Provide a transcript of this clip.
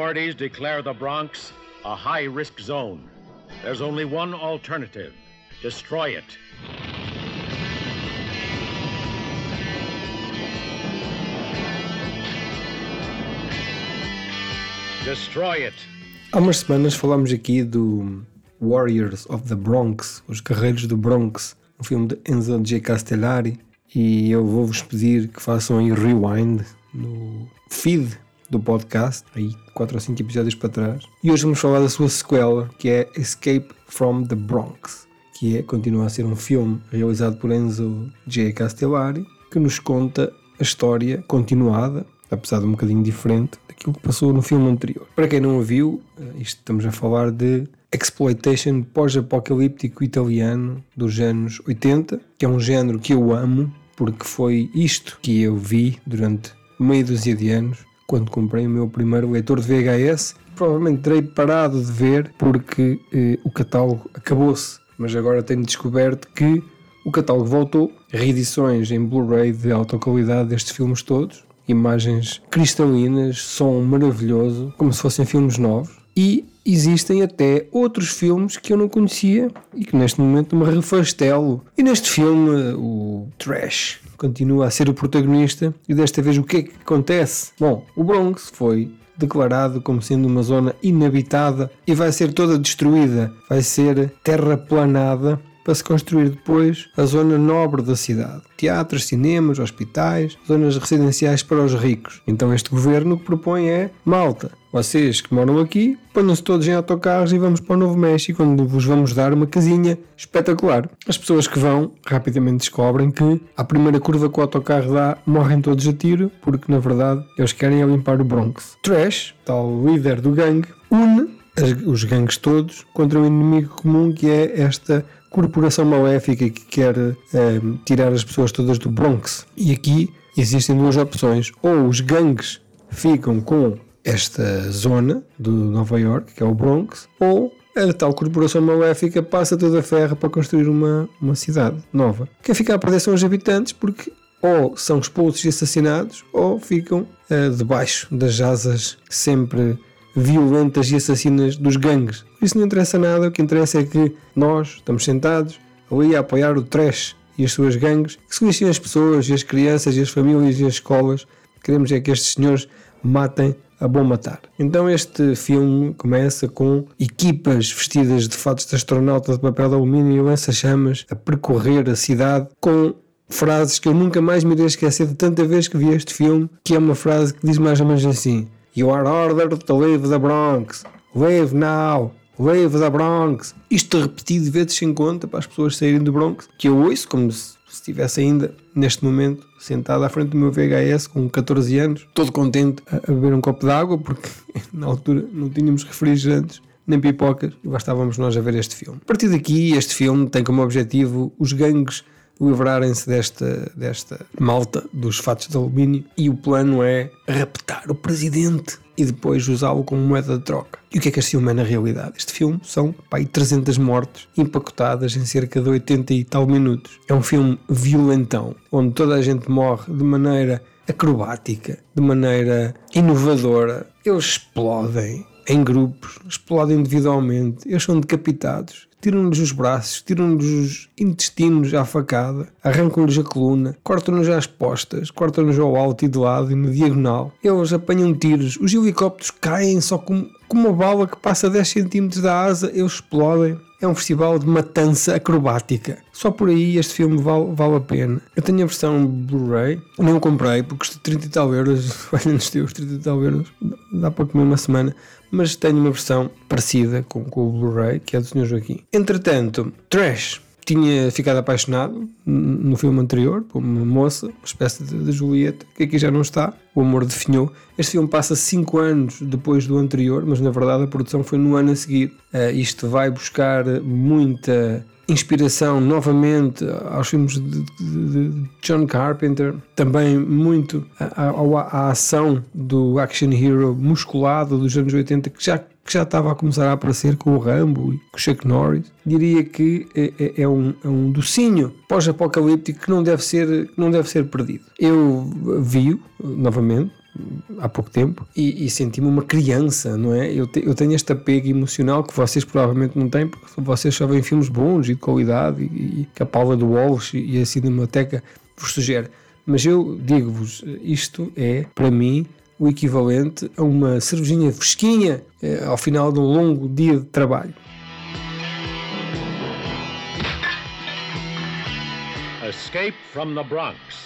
Authorities declare the Bronx a high-risk zone. There's only one alternative: destroy it. Destroy it. Há umas semanas falámos aqui do Warriors of the Bronx, os Guerreiros do Bronx, um filme de Enzo G. Castellari, e eu vou-vos pedir que façam aí rewind no feed do podcast, aí 4 ou 5 episódios para trás, e hoje vamos falar da sua sequela, que é Escape from the Bronx, que continua a ser um filme realizado por Enzo G. Castellari, que nos conta a história continuada, apesar de um bocadinho diferente daquilo que passou no filme anterior. Para quem não a viu, estamos a falar de exploitation pós-apocalíptico italiano dos anos 80, que é um género que eu amo, porque foi isto que eu vi durante meia dúzia de anos, quando comprei o meu primeiro leitor de VHS. Provavelmente terei parado de ver porque o catálogo acabou-se, mas agora tenho descoberto que o catálogo voltou, reedições em Blu-ray de alta qualidade destes filmes todos, imagens cristalinas, som maravilhoso, como se fossem filmes novos, e existem até outros filmes que eu não conhecia e que neste momento me refastelo. E neste filme o Trash continua a ser o protagonista, e desta vez o que é que acontece? Bom, o Bronx foi declarado como sendo uma zona inabitada e vai ser toda destruída, vai ser terraplanada para se construir depois a zona nobre da cidade. Teatros, cinemas, hospitais, zonas residenciais para os ricos. Então este governo o que propõe é: malta, vocês que moram aqui, ponham-se todos em autocarros e vamos para o Novo México, onde vos vamos dar uma casinha espetacular. As pessoas que vão rapidamente descobrem que à primeira curva que o autocarro dá, morrem todos a tiro, porque na verdade eles querem limpar o Bronx. Trash, tal líder do gangue, une os gangues todos contra um inimigo comum, que é esta corporação maléfica que quer tirar as pessoas todas do Bronx. E aqui existem duas opções: ou os gangues ficam com esta zona de Nova York, que é o Bronx, ou a tal corporação maléfica passa toda a ferra para construir uma cidade nova. Quem fica a perder são os habitantes, porque ou são expulsos e assassinados, ou ficam debaixo das asas sempre violentas e assassinas dos gangues. Isso não interessa nada. O que interessa é que nós estamos sentados ali a apoiar o Trash e as suas gangues, que se lixem as pessoas e as crianças e as famílias e as escolas. Queremos é que estes senhores matem a bom matar. Então este filme começa com equipas vestidas de fatos de astronauta de papel de alumínio e lança-chamas a percorrer a cidade, com frases que eu nunca mais me irei esquecer de tanta vez que vi este filme, que é uma frase que diz mais ou menos assim: You are ordered to leave the Bronx. Leave now. Leave the Bronx. Isto repetido vezes sem conta para as pessoas saírem do Bronx, que eu ouço como se estivesse ainda neste momento sentado à frente do meu VHS com 14 anos, todo contente a beber um copo de água, porque na altura não tínhamos refrigerantes nem pipocas e bastávamos nós a ver este filme. A partir daqui, este filme tem como objetivo os gangues livrarem-se desta malta dos fatos de alumínio, e o plano é raptar o presidente e depois usá-lo como moeda de troca. E o que é que este filme é na realidade? Este filme são 300 mortes empacotadas em cerca de 80 e tal minutos. É um filme violentão, onde toda a gente morre de maneira acrobática, de maneira inovadora. Eles explodem em grupos, explodem individualmente, eles são decapitados, tiram-lhes os braços, tiram-lhes os intestinos à facada, arrancam-lhes a coluna, cortam-nos as postas, cortam-nos ao alto e de lado e na diagonal. Eles apanham tiros, os helicópteros caem só com uma bala que passa 10 cm da asa, eles explodem. É um festival de matança acrobática. Só por aí este filme vale a pena. Eu tenho a versão Blu-ray, não comprei porque custa 30 e tal euros, olha-nos Deus, 30 e tal euros, dá para comer uma semana, mas tenho uma versão parecida com o Blu-ray, que é do Sr. Joaquim. Entretanto, Trash tinha ficado apaixonado no filme anterior por uma moça, uma espécie de Julieta, que aqui já não está, o amor definhou. Este filme passa 5 anos depois do anterior, mas na verdade a produção foi no ano a seguir. Isto vai buscar muita inspiração novamente aos filmes de John Carpenter, também muito à ação do action hero musculado dos anos 80, que já estava a começar a aparecer com o Rambo e com o Chuck Norris. Diria que é um docinho pós-apocalíptico que não deve ser perdido. Eu vi-o novamente há pouco tempo e senti-me uma criança, não é? Eu tenho este apego emocional que vocês provavelmente não têm, porque vocês só veem filmes bons e de qualidade e que a Paula do Walsh e a Cinemateca vos sugere. Mas eu digo-vos, isto é, para mim, o equivalente a uma cervejinha fresquinha ao final de um longo dia de trabalho. Escape from the Bronx.